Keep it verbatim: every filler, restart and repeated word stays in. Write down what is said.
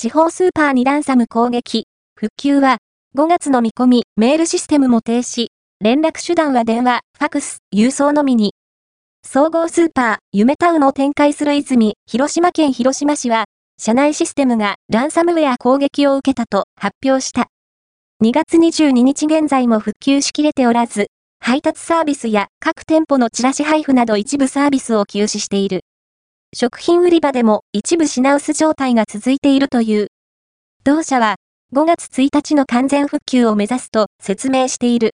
地方スーパーにランサム攻撃。復旧は、ごがつの見込み、メールシステムも停止。連絡手段は電話、ファクス、郵送のみに。総合スーパー、ゆめタウンを展開する泉、広島県広島市は、社内システムがランサムウェア攻撃を受けたと発表した。にがつにじゅうににち現在も復旧しきれておらず、配達サービスや各店舗のチラシ配布など一部サービスを休止している。食品売り場でも一部品薄状態が続いているという。同社はごがつついたちの完全復旧を目指すと説明している。